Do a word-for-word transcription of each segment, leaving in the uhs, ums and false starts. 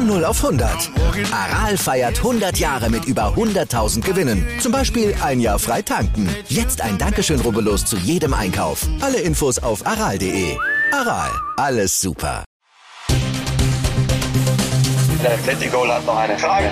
Von null auf hundert. Aral feiert hundert Jahre mit über hunderttausend Gewinnen. Zum Beispiel ein Jahr frei tanken. Jetzt ein Dankeschön, rubbellos zu jedem Einkauf. Alle Infos auf aral punkt de. Aral, alles super. Der Atletico hat noch eine Frage.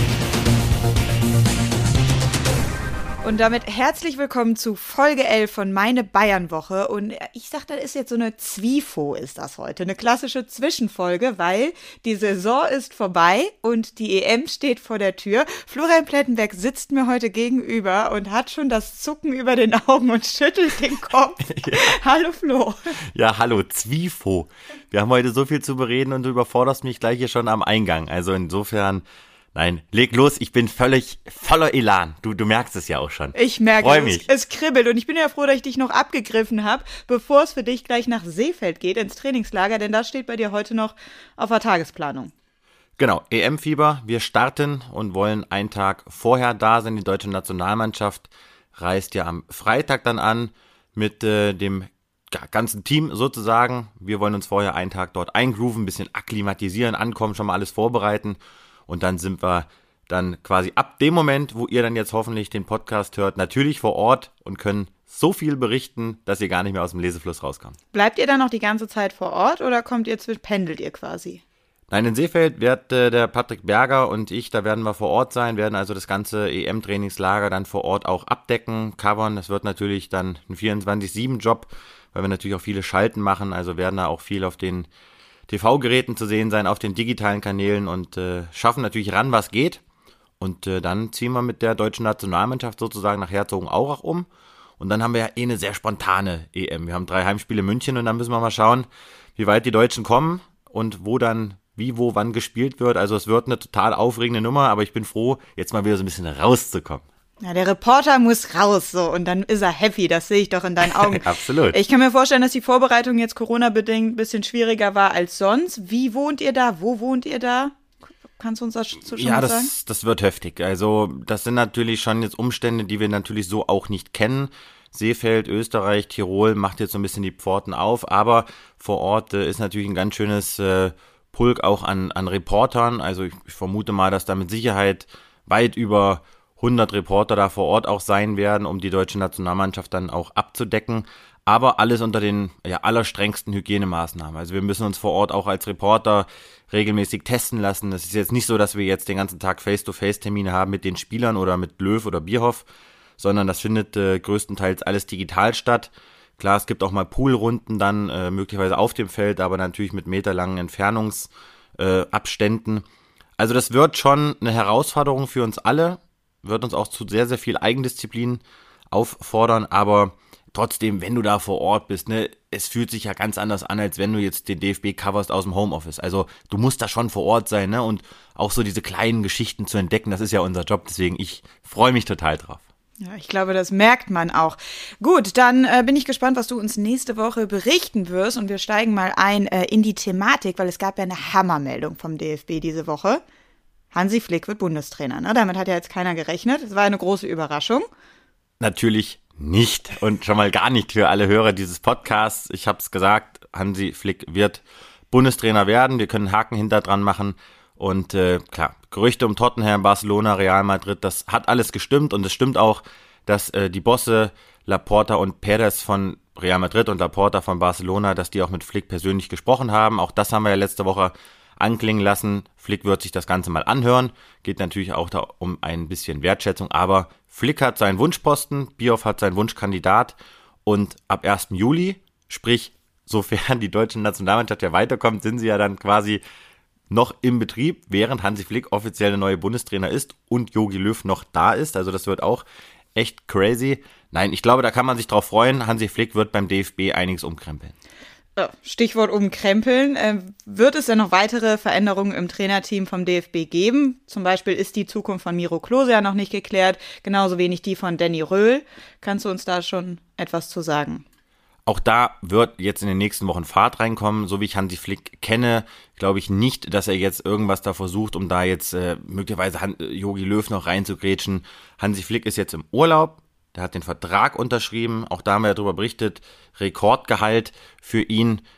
Und damit herzlich willkommen zu Folge elf von Meine Bayern-Woche. Und ich sag, das ist jetzt so eine Zwifo ist das heute. Eine klassische Zwischenfolge, weil die Saison ist vorbei und die E M steht vor der Tür. Florian Plettenberg sitzt mir heute gegenüber und hat schon das Zucken über den Augen und schüttelt den Kopf. Ja. Hallo Flo. Ja, hallo Zwifo. Wir haben heute so viel zu bereden und du überforderst mich gleich hier schon am Eingang. Also insofern... Nein, leg los, ich bin völlig voller Elan. Du, du merkst es ja auch schon. Ich merke es, mich. es kribbelt und ich bin ja froh, dass ich dich noch abgegriffen habe, bevor es für dich gleich nach Seefeld geht, ins Trainingslager, denn das steht bei dir heute noch auf der Tagesplanung. Genau, E M-Fieber, wir starten und wollen einen Tag vorher da sein. Die deutsche Nationalmannschaft reist ja am Freitag dann an mit äh, dem ganzen Team sozusagen. Wir wollen uns vorher einen Tag dort eingrooven, ein bisschen akklimatisieren, ankommen, schon mal alles vorbereiten. Und dann sind wir dann quasi ab dem Moment, wo ihr dann jetzt hoffentlich den Podcast hört, natürlich vor Ort und können so viel berichten, dass ihr gar nicht mehr aus dem Lesefluss rauskommt. Bleibt ihr dann noch die ganze Zeit vor Ort oder kommt ihr, pendelt ihr quasi? Nein, in Seefeld wird äh, der Patrick Berger und ich, da werden wir vor Ort sein, werden also das ganze E M-Trainingslager dann vor Ort auch abdecken, covern. Das wird natürlich dann ein vierundzwanzig sieben Job, weil wir natürlich auch viele Schalten machen, also werden da auch viel auf den T V-Geräten zu sehen sein, auf den digitalen Kanälen und äh, schaffen natürlich ran, was geht. Und äh, dann ziehen wir mit der deutschen Nationalmannschaft sozusagen nach Herzogenaurach um. Und dann haben wir ja eh eine sehr spontane E M. Wir haben drei Heimspiele in München und dann müssen wir mal schauen, wie weit die Deutschen kommen und wo dann, wie, wo, wann gespielt wird. Also es wird eine total aufregende Nummer, aber ich bin froh, jetzt mal wieder so ein bisschen rauszukommen. Ja, der Reporter muss raus, so, und dann ist er happy, das sehe ich doch in deinen Augen. Absolut. Ich kann mir vorstellen, dass die Vorbereitung jetzt Corona-bedingt ein bisschen schwieriger war als sonst. Wie wohnt ihr da? Wo wohnt ihr da? Kannst du uns das schon ja, das, sagen? Ja, das wird heftig. Also das sind natürlich schon jetzt Umstände, die wir natürlich so auch nicht kennen. Seefeld, Österreich, Tirol macht jetzt so ein bisschen die Pforten auf, aber vor Ort äh, ist natürlich ein ganz schönes äh, Pulk auch an, an Reportern. Also ich, ich vermute mal, dass da mit Sicherheit weit über hundert Reporter da vor Ort auch sein werden, um die deutsche Nationalmannschaft dann auch abzudecken. Aber alles unter den ja, allerstrengsten Hygienemaßnahmen. Also wir müssen uns vor Ort auch als Reporter regelmäßig testen lassen. Es ist jetzt nicht so, dass wir jetzt den ganzen Tag Face-to-Face-Termine haben mit den Spielern oder mit Löw oder Bierhoff, sondern das findet äh, größtenteils alles digital statt. Klar, es gibt auch mal Poolrunden dann, äh, möglicherweise auf dem Feld, aber natürlich mit meterlangen Entfernungsabständen. Äh, also das wird schon eine Herausforderung für uns alle, wird uns auch zu sehr, sehr viel Eigendisziplin auffordern, aber trotzdem, wenn du da vor Ort bist, ne, es fühlt sich ja ganz anders an, als wenn du jetzt den D F B coverst aus dem Homeoffice. Also du musst da schon vor Ort sein, ne, und auch so diese kleinen Geschichten zu entdecken, das ist ja unser Job, deswegen ich freue mich total drauf. Ja, ich glaube, das merkt man auch. Gut, dann äh, bin ich gespannt, was du uns nächste Woche berichten wirst und wir steigen mal ein äh, in die Thematik, weil es gab ja eine Hammermeldung vom D F B diese Woche. Hansi Flick wird Bundestrainer, ne? Damit hat ja jetzt keiner gerechnet. Es war eine große Überraschung. Natürlich nicht und schon mal gar nicht für alle Hörer dieses Podcasts. Ich habe es gesagt, Hansi Flick wird Bundestrainer werden. Wir können einen Haken hinter dran machen. Und äh, klar, Gerüchte um Tottenham, Barcelona, Real Madrid, das hat alles gestimmt. Und es stimmt auch, dass äh, die Bosse Laporta und Perez von Real Madrid und Laporta von Barcelona, dass die auch mit Flick persönlich gesprochen haben. Auch das haben wir ja letzte Woche anklingen lassen. Flick wird sich das Ganze mal anhören. Geht natürlich auch da um ein bisschen Wertschätzung, aber Flick hat seinen Wunschposten, Bierhoff hat seinen Wunschkandidat und ab ersten Juli, sprich, sofern die deutsche Nationalmannschaft ja weiterkommt, sind sie ja dann quasi noch im Betrieb, während Hansi Flick offiziell der neue Bundestrainer ist und Jogi Löw noch da ist. Also das wird auch echt crazy. Nein, ich glaube, da kann man sich drauf freuen. Hansi Flick wird beim D F B einiges umkrempeln. Stichwort umkrempeln. Äh, wird es denn noch weitere Veränderungen im Trainerteam vom D F B geben? Zum Beispiel ist die Zukunft von Miro Klose ja noch nicht geklärt, genauso wenig die von Danny Röhl. Kannst du uns da schon etwas zu sagen? Auch da wird jetzt in den nächsten Wochen Fahrt reinkommen. So wie ich Hansi Flick kenne, glaube ich nicht, dass er jetzt irgendwas da versucht, um da jetzt äh, möglicherweise Jogi Löw noch reinzugrätschen. Hansi Flick ist jetzt im Urlaub. Der hat den Vertrag unterschrieben, auch da haben wir ja darüber berichtet, Rekordgehalt für ihn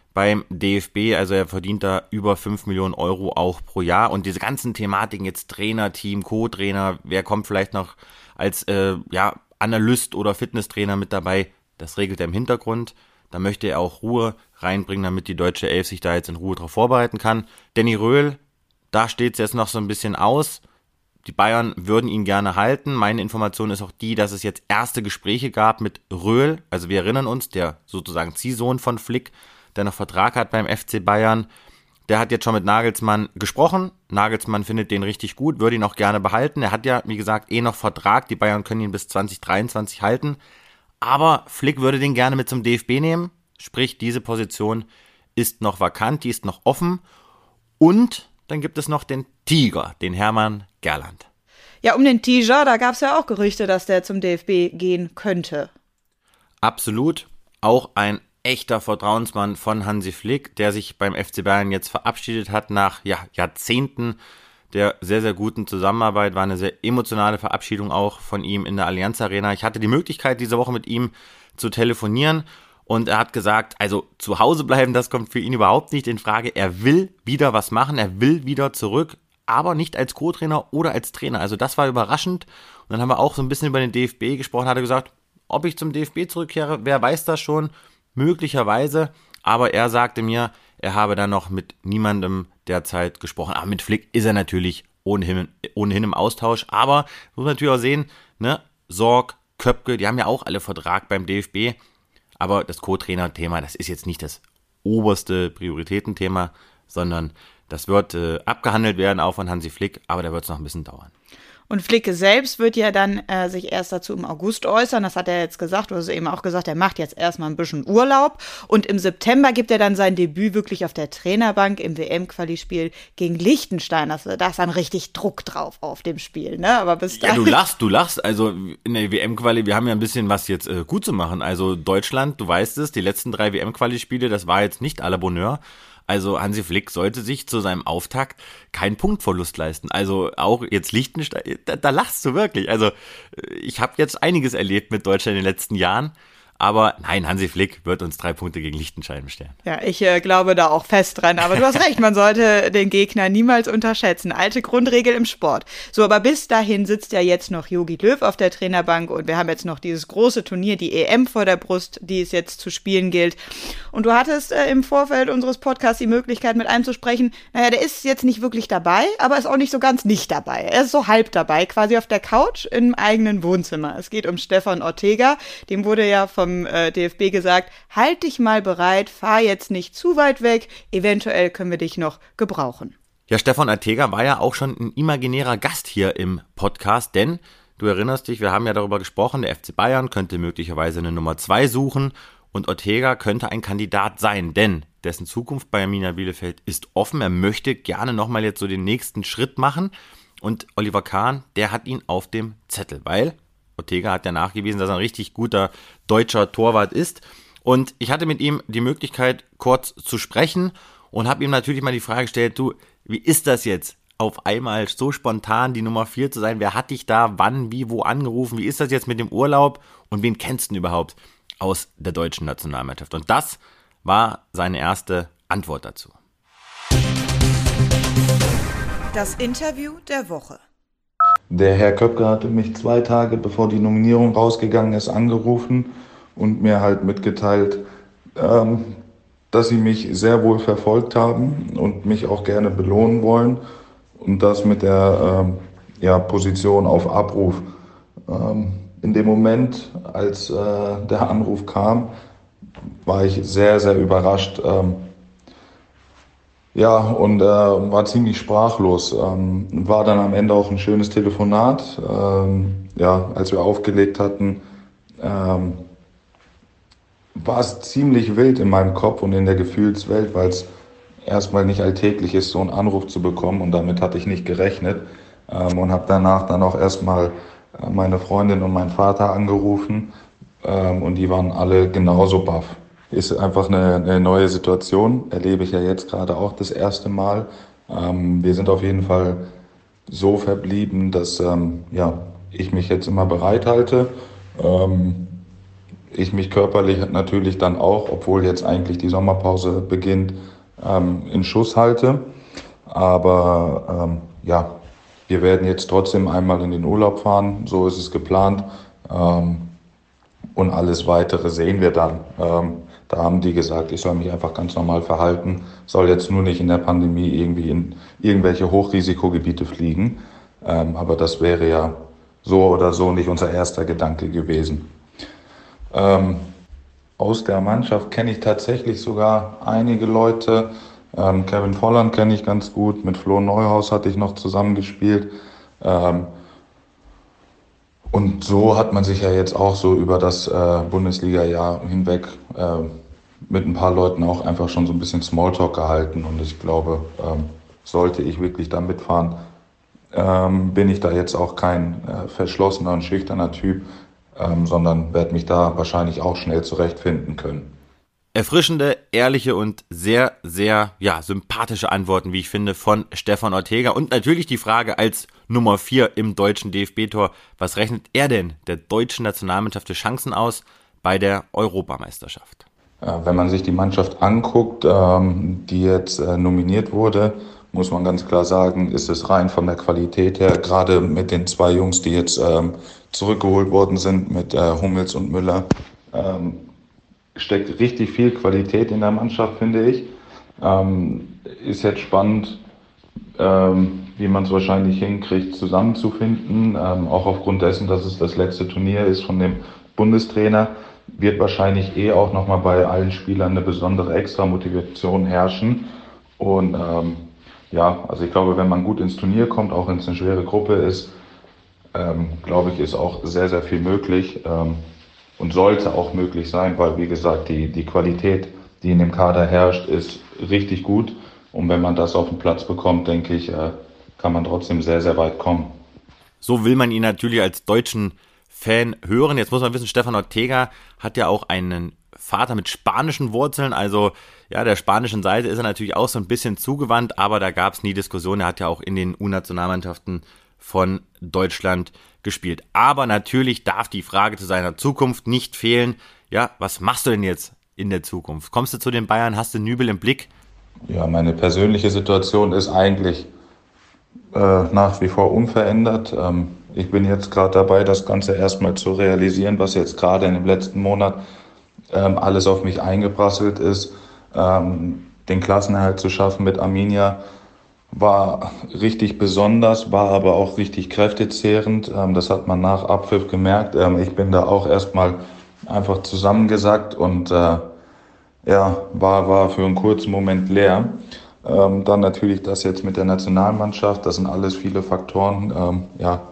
beim D F B, also er verdient da über fünf Millionen Euro auch pro Jahr und diese ganzen Thematiken, jetzt Trainer, Team, Co-Trainer, wer kommt vielleicht noch als äh, ja, Analyst oder Fitnesstrainer mit dabei, das regelt er im Hintergrund. Da möchte er auch Ruhe reinbringen, damit die deutsche Elf sich da jetzt in Ruhe drauf vorbereiten kann. Danny Röhl, da steht es jetzt noch so ein bisschen aus. Die Bayern würden ihn gerne halten. Meine Information ist auch die, dass es jetzt erste Gespräche gab mit Röhl. Also wir erinnern uns, der sozusagen Ziehsohn von Flick, der noch Vertrag hat beim F C Bayern. Der hat jetzt schon mit Nagelsmann gesprochen. Nagelsmann findet den richtig gut, würde ihn auch gerne behalten. Er hat ja, wie gesagt, eh noch Vertrag. Die Bayern können ihn bis zwanzig dreiundzwanzig halten. Aber Flick würde den gerne mit zum D F B nehmen. Sprich, diese Position ist noch vakant, die ist noch offen. Und dann gibt es noch den Tiger, den Hermann Gerland. Ja, um den Tiger, da gab es ja auch Gerüchte, dass der zum D F B gehen könnte. Absolut. Auch ein echter Vertrauensmann von Hansi Flick, der sich beim F C Bayern jetzt verabschiedet hat nach ja, Jahrzehnten der sehr, sehr guten Zusammenarbeit. War eine sehr emotionale Verabschiedung auch von ihm in der Allianz Arena. Ich hatte die Möglichkeit, diese Woche mit ihm zu telefonieren und er hat gesagt, also zu Hause bleiben, das kommt für ihn überhaupt nicht in Frage. Er will wieder was machen, er will wieder zurück, aber nicht als Co-Trainer oder als Trainer. Also das war überraschend. Und dann haben wir auch so ein bisschen über den D F B gesprochen, hat er gesagt, ob ich zum D F B zurückkehre, wer weiß das schon. Möglicherweise, aber er sagte mir, er habe da noch mit niemandem derzeit gesprochen. Aber mit Flick ist er natürlich ohnehin, ohnehin im Austausch. Aber muss man natürlich auch sehen, ne, Sorg, Köpke, die haben ja auch alle Vertrag beim D F B. Aber das Co-Trainer-Thema, das ist jetzt nicht das oberste Prioritätenthema, sondern das wird äh, abgehandelt werden, auch von Hansi Flick, aber da wird es noch ein bisschen dauern. Und Flick selbst wird ja dann äh, sich erst dazu im August äußern. Das hat er jetzt gesagt. Du hast eben auch gesagt, er macht jetzt erstmal ein bisschen Urlaub. Und im September gibt er dann sein Debüt wirklich auf der Trainerbank im W M-Quali-Spiel gegen Liechtenstein. Das, da ist dann richtig Druck drauf auf dem Spiel, ne? Aber bis dahin. Ja, du lachst, du lachst. Also in der W M-Quali, wir haben ja ein bisschen was jetzt äh, gut zu machen. Also Deutschland, du weißt es, die letzten drei W M-Quali-Spiele, das war jetzt nicht à la Bonheur. Also Hansi Flick sollte sich zu seinem Auftakt keinen Punktverlust leisten. Also auch jetzt Liechtenstein, da, da lachst du wirklich. Also ich habe jetzt einiges erlebt mit Deutschland in den letzten Jahren. Aber nein, Hansi Flick wird uns drei Punkte gegen Liechtenstein bestellen. Ja, ich äh, glaube da auch fest dran. Aber du hast recht, man sollte den Gegner niemals unterschätzen. Alte Grundregel im Sport. So, aber bis dahin sitzt ja jetzt noch Jogi Löw auf der Trainerbank und wir haben jetzt noch dieses große Turnier, die E M vor der Brust, die es jetzt zu spielen gilt. Und du hattest äh, im Vorfeld unseres Podcasts die Möglichkeit, mit einem zu sprechen. Naja, der ist jetzt nicht wirklich dabei, aber ist auch nicht so ganz nicht dabei. Er ist so halb dabei, quasi auf der Couch im eigenen Wohnzimmer. Es geht um Stefan Ortega. Dem wurde ja vom D F B gesagt, halt dich mal bereit, fahr jetzt nicht zu weit weg, eventuell können wir dich noch gebrauchen. Ja, Stefan Ortega war ja auch schon ein imaginärer Gast hier im Podcast, denn du erinnerst dich, wir haben ja darüber gesprochen, der F C Bayern könnte möglicherweise eine Nummer zwei suchen und Ortega könnte ein Kandidat sein, denn dessen Zukunft bei Arminia Bielefeld ist offen, er möchte gerne nochmal jetzt so den nächsten Schritt machen und Oliver Kahn, der hat ihn auf dem Zettel, weil Ortega hat ja nachgewiesen, dass er ein richtig guter deutscher Torwart ist. Und ich hatte mit ihm die Möglichkeit, kurz zu sprechen und habe ihm natürlich mal die Frage gestellt, du, wie ist das jetzt, auf einmal so spontan die Nummer vier zu sein? Wer hat dich da wann, wie, wo angerufen? Wie ist das jetzt mit dem Urlaub? Und wen kennst du denn überhaupt aus der deutschen Nationalmannschaft? Und das war seine erste Antwort dazu. Das Interview der Woche. Der Herr Köpke hatte mich zwei Tage bevor die Nominierung rausgegangen ist angerufen und mir halt mitgeteilt, ähm, dass sie mich sehr wohl verfolgt haben und mich auch gerne belohnen wollen und das mit der ähm, ja, Position auf Abruf. Ähm, in dem Moment, als äh, der Anruf kam, war ich sehr, sehr überrascht. Ähm, Ja, und äh, war ziemlich sprachlos. Ähm, war dann am Ende auch ein schönes Telefonat. Ähm, ja, als wir aufgelegt hatten, ähm, war es ziemlich wild in meinem Kopf und in der Gefühlswelt, weil es erstmal nicht alltäglich ist, so einen Anruf zu bekommen und damit hatte ich nicht gerechnet. Ähm, und habe danach dann auch erstmal äh, meine Freundin und meinen Vater angerufen ähm, und die waren alle genauso baff. Ist einfach eine, eine neue Situation, erlebe ich ja jetzt gerade auch das erste Mal. Ähm, wir sind auf jeden Fall so verblieben, dass ähm, ja, ich mich jetzt immer bereit halte. Ähm, ich mich körperlich natürlich dann auch, obwohl jetzt eigentlich die Sommerpause beginnt, ähm, in Schuss halte. Aber ähm, ja, wir werden jetzt trotzdem einmal in den Urlaub fahren, so ist es geplant. Ähm, und alles Weitere sehen wir dann. Ähm, da haben die gesagt, ich soll mich einfach ganz normal verhalten, soll jetzt nur nicht in der Pandemie irgendwie in irgendwelche Hochrisikogebiete fliegen. Ähm, aber das wäre ja so oder so nicht unser erster Gedanke gewesen. Ähm, aus der Mannschaft kenne ich tatsächlich sogar einige Leute. Ähm, Kevin Volland kenne ich ganz gut, mit Flo Neuhaus hatte ich noch zusammengespielt. Ähm, und so hat man sich ja jetzt auch so über das äh, Bundesliga-Jahr hinweg äh, mit ein paar Leuten auch einfach schon so ein bisschen Smalltalk gehalten. Und ich glaube, ähm, sollte ich wirklich da mitfahren, ähm, bin ich da jetzt auch kein äh, verschlossener und schüchterner Typ, ähm, sondern werde mich da wahrscheinlich auch schnell zurechtfinden können. Erfrischende, ehrliche und sehr, sehr ja, sympathische Antworten, wie ich finde, von Stefan Ortega. Und natürlich die Frage als Nummer vier im deutschen D F B-Tor, was rechnet er denn der deutschen Nationalmannschaft für Chancen aus bei der Europameisterschaft? Wenn man sich die Mannschaft anguckt, ähm, die jetzt äh, nominiert wurde, muss man ganz klar sagen, ist es rein von der Qualität her, gerade mit den zwei Jungs, die jetzt ähm, zurückgeholt worden sind, mit äh, Hummels und Müller, ähm, steckt richtig viel Qualität in der Mannschaft, finde ich. Ähm, ist jetzt spannend, ähm, wie man es wahrscheinlich hinkriegt, zusammenzufinden. Ähm, auch aufgrund dessen, dass es das letzte Turnier ist von dem Bundestrainer, wird wahrscheinlich eh auch nochmal bei allen Spielern eine besondere Extra-Motivation herrschen. Und ähm, ja, also ich glaube, wenn man gut ins Turnier kommt, auch wenn es eine schwere Gruppe ist, ähm, glaube ich, ist auch sehr, sehr viel möglich. Ähm, Und sollte auch möglich sein, weil, wie gesagt, die, die Qualität, die in dem Kader herrscht, ist richtig gut. Und wenn man das auf den Platz bekommt, denke ich, kann man trotzdem sehr, sehr weit kommen. So will man ihn natürlich als deutschen Fan hören. Jetzt muss man wissen, Stefan Ortega hat ja auch einen Vater mit spanischen Wurzeln. Also ja, der spanischen Seite ist er natürlich auch so ein bisschen zugewandt, aber da gab es nie Diskussion. Er hat ja auch in den U-Nationalmannschaften von Deutschland gespielt. Aber natürlich darf die Frage zu seiner Zukunft nicht fehlen. Ja, was machst du denn jetzt in der Zukunft? Kommst du zu den Bayern? Hast du Nübel im Blick? Ja, meine persönliche Situation ist eigentlich äh, nach wie vor unverändert. Ähm, ich bin jetzt gerade dabei, das Ganze erstmal zu realisieren, was jetzt gerade in dem letzten Monat ähm, alles auf mich eingeprasselt ist. Ähm, den Klassenerhalt zu schaffen mit Arminia war richtig besonders, war aber auch richtig kräftezehrend. Das hat man nach Abpfiff gemerkt. Ich bin da auch erstmal einfach zusammengesackt und äh, ja, war, war für einen kurzen Moment leer. Ähm, dann natürlich das jetzt mit der Nationalmannschaft, das sind alles viele Faktoren, ähm, ja,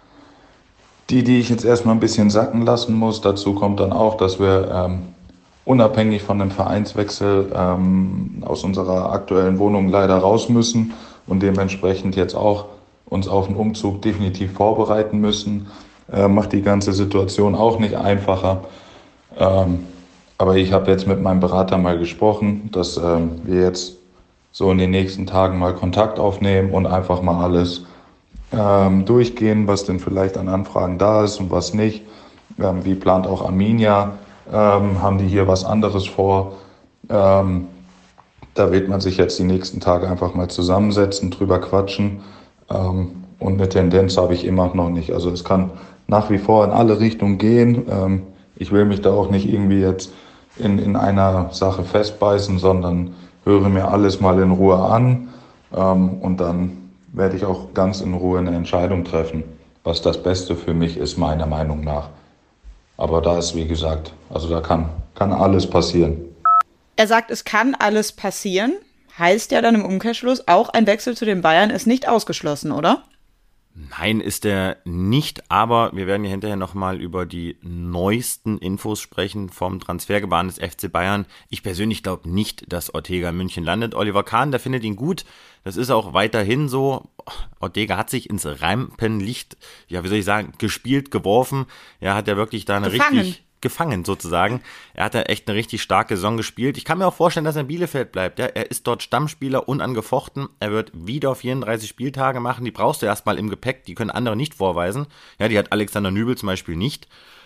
die, die ich jetzt erstmal ein bisschen sacken lassen muss. Dazu kommt dann auch, dass wir ähm, unabhängig von dem Vereinswechsel ähm, aus unserer aktuellen Wohnung leider raus müssen und dementsprechend jetzt auch uns auf den Umzug definitiv vorbereiten müssen. Äh, macht die ganze Situation auch nicht einfacher. Ähm, aber ich habe jetzt mit meinem Berater mal gesprochen, dass ähm, wir jetzt so in den nächsten Tagen mal Kontakt aufnehmen und einfach mal alles ähm, durchgehen, was denn vielleicht an Anfragen da ist und was nicht. Ähm, wie plant auch Arminia? Ähm, haben die hier was anderes vor? Ähm, Da wird man sich jetzt die nächsten Tage einfach mal zusammensetzen, drüber quatschen. Ähm, und eine Tendenz habe ich immer noch nicht. Also es kann nach wie vor in alle Richtungen gehen. Ähm, ich will mich da auch nicht irgendwie jetzt in, in einer Sache festbeißen, sondern höre mir alles mal in Ruhe an. Ähm, und dann werde ich auch ganz in Ruhe eine Entscheidung treffen, was das Beste für mich ist, meiner Meinung nach. Aber da ist, wie gesagt, also da kann, kann alles passieren. Er sagt, es kann alles passieren. Heißt ja dann im Umkehrschluss, auch ein Wechsel zu den Bayern ist nicht ausgeschlossen, oder? Nein, ist er nicht, aber wir werden ja hinterher nochmal über die neuesten Infos sprechen vom Transfergebaren des F C Bayern. Ich persönlich glaube nicht, dass Ortega in München landet. Oliver Kahn, der findet ihn gut. Das ist auch weiterhin so. Ortega hat sich ins Rampenlicht, ja, wie soll ich sagen, gespielt, geworfen. Er hat ja wirklich da eine Gefangen. richtig... gefangen sozusagen. Er hat da echt eine richtig starke Saison gespielt. Ich kann mir auch vorstellen, dass er in Bielefeld bleibt. Ja, er ist dort Stammspieler, unangefochten. Er wird wieder vierunddreißig Spieltage machen. Die brauchst du erstmal im Gepäck. Die können andere nicht vorweisen. Ja, die hat Alexander Nübel zum Beispiel nicht.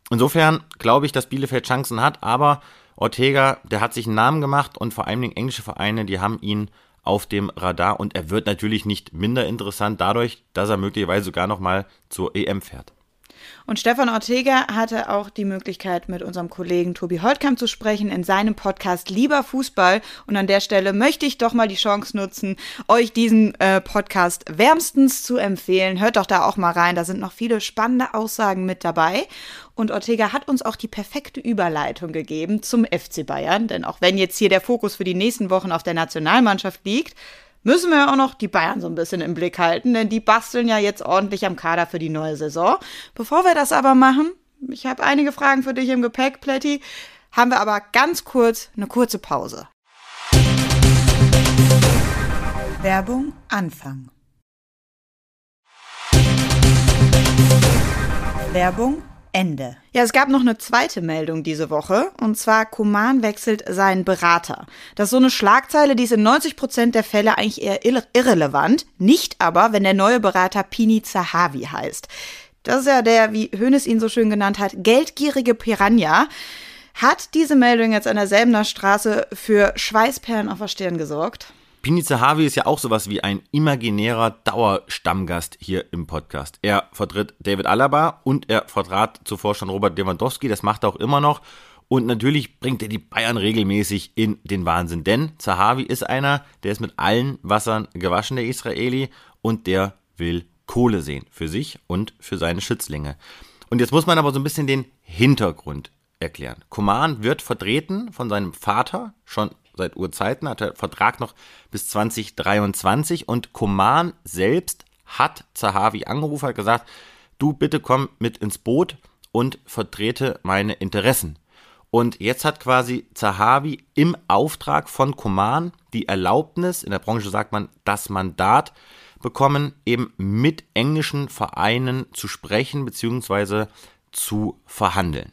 insofern glaube ich, dass Bielefeld Chancen hat, aber Ortega, der hat sich einen Namen gemacht und vor allem englische Vereine, die haben ihn auf dem Radar und er wird natürlich nicht minder interessant dadurch, dass er möglicherweise sogar nochmal zur E M fährt. Und Stefan Ortega hatte auch die Möglichkeit, mit unserem Kollegen Tobi Holtkamp zu sprechen in seinem Podcast Lieber Fußball. Und an der Stelle möchte ich doch mal die Chance nutzen, euch diesen äh, Podcast wärmstens zu empfehlen. Hört doch da auch mal rein, da sind noch viele spannende Aussagen mit dabei. Und Ortega hat uns auch die perfekte Überleitung gegeben zum F C Bayern. Denn auch wenn jetzt hier der Fokus für die nächsten Wochen auf der Nationalmannschaft liegt, müssen wir ja auch noch die Bayern so ein bisschen im Blick halten, denn die basteln ja jetzt ordentlich am Kader für die neue Saison. Bevor wir das aber machen, ich habe einige Fragen für dich im Gepäck, Plätti, haben wir aber ganz kurz eine kurze Pause. Werbung Anfang. Werbung Ende. Ja, es gab noch eine zweite Meldung diese Woche, und zwar Coman wechselt seinen Berater. Das ist so eine Schlagzeile, die ist in neunzig Prozent der Fälle eigentlich eher irre- irrelevant, nicht aber, wenn der neue Berater Pini Zahavi heißt. Das ist ja der, wie Hoeneß ihn so schön genannt hat, geldgierige Piranha. Hat diese Meldung jetzt an der Säbener Straße für Schweißperlen auf der Stirn gesorgt? Pini Zahavi ist ja auch sowas wie ein imaginärer Dauerstammgast hier im Podcast. Er vertritt David Alaba und er vertrat zuvor schon Robert Lewandowski, das macht er auch immer noch. Und natürlich bringt er die Bayern regelmäßig in den Wahnsinn, denn Zahavi ist einer, der ist mit allen Wassern gewaschen, der Israeli, und der will Kohle sehen für sich und für seine Schützlinge. Und jetzt muss man aber so ein bisschen den Hintergrund erklären. Coman wird vertreten von seinem Vater, schon seit Urzeiten, hat der Vertrag noch bis zwanzig dreiundzwanzig, und Coman selbst hat Zahavi angerufen, hat gesagt, du bitte komm mit ins Boot und vertrete meine Interessen. Und jetzt hat quasi Zahavi im Auftrag von Coman die Erlaubnis, in der Branche sagt man das Mandat, bekommen, eben mit englischen Vereinen zu sprechen bzw. zu verhandeln.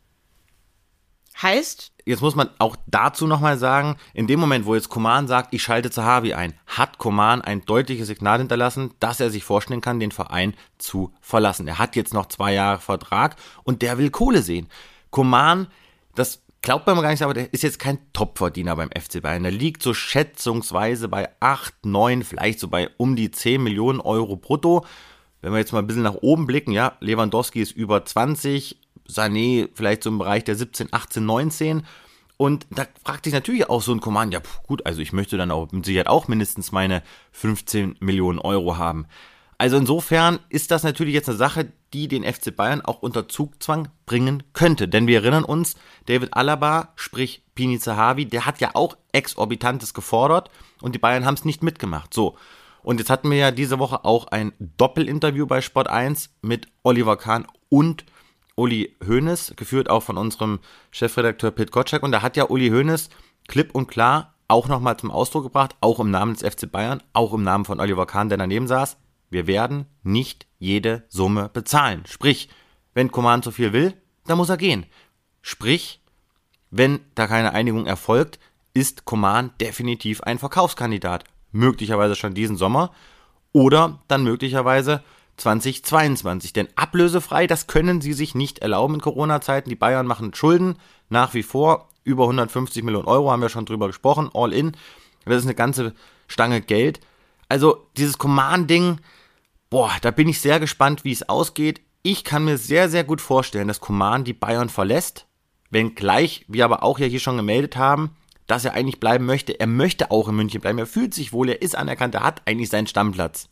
Heißt? Jetzt muss man auch dazu nochmal sagen, in dem Moment, wo jetzt Coman sagt, ich schalte Zahavi ein, hat Coman ein deutliches Signal hinterlassen, dass er sich vorstellen kann, den Verein zu verlassen. Er hat jetzt noch zwei Jahre Vertrag und der will Kohle sehen. Coman, das glaubt man gar nicht, aber der ist jetzt kein Topverdiener beim F C Bayern. Der liegt so schätzungsweise bei acht, neun, vielleicht so bei um die zehn Millionen Euro brutto. Wenn wir jetzt mal ein bisschen nach oben blicken, ja, Lewandowski ist über zwanzig, Sané vielleicht so im Bereich der siebzehn, achtzehn, neunzehn. Und da fragt sich natürlich auch so ein Coman, ja gut, also ich möchte dann auch mit Sicherheit auch mindestens meine fünfzehn Millionen Euro haben. Also insofern ist das natürlich jetzt eine Sache, die den F C Bayern auch unter Zugzwang bringen könnte. Denn wir erinnern uns, David Alaba, sprich Pini Zahavi, der hat ja auch Exorbitantes gefordert und die Bayern haben es nicht mitgemacht. So, und jetzt hatten wir ja diese Woche auch ein Doppelinterview bei Sport eins mit Oliver Kahn und Uli Hoeneß, geführt auch von unserem Chefredakteur Pit Gottschalk. Und da hat ja Uli Hoeneß klipp und klar auch nochmal zum Ausdruck gebracht, auch im Namen des F C Bayern, auch im Namen von Oliver Kahn, der daneben saß, wir werden nicht jede Summe bezahlen. Sprich, wenn Coman zu viel will, dann muss er gehen. Sprich, wenn da keine Einigung erfolgt, ist Coman definitiv ein Verkaufskandidat. Möglicherweise schon diesen Sommer oder dann möglicherweise zwanzig zweiundzwanzig, denn ablösefrei, das können sie sich nicht erlauben in Corona-Zeiten. Die Bayern machen Schulden nach wie vor, über hundertfünfzig Millionen Euro, haben wir schon drüber gesprochen, all in. Das ist eine ganze Stange Geld. Also dieses Coman-Ding, boah, da bin ich sehr gespannt, wie es ausgeht. Ich kann mir sehr, sehr gut vorstellen, dass Coman die Bayern verlässt, wenngleich wir aber auch ja hier schon gemeldet haben, dass er eigentlich bleiben möchte. Er möchte auch in München bleiben, er fühlt sich wohl, er ist anerkannt, er hat eigentlich seinen Stammplatz.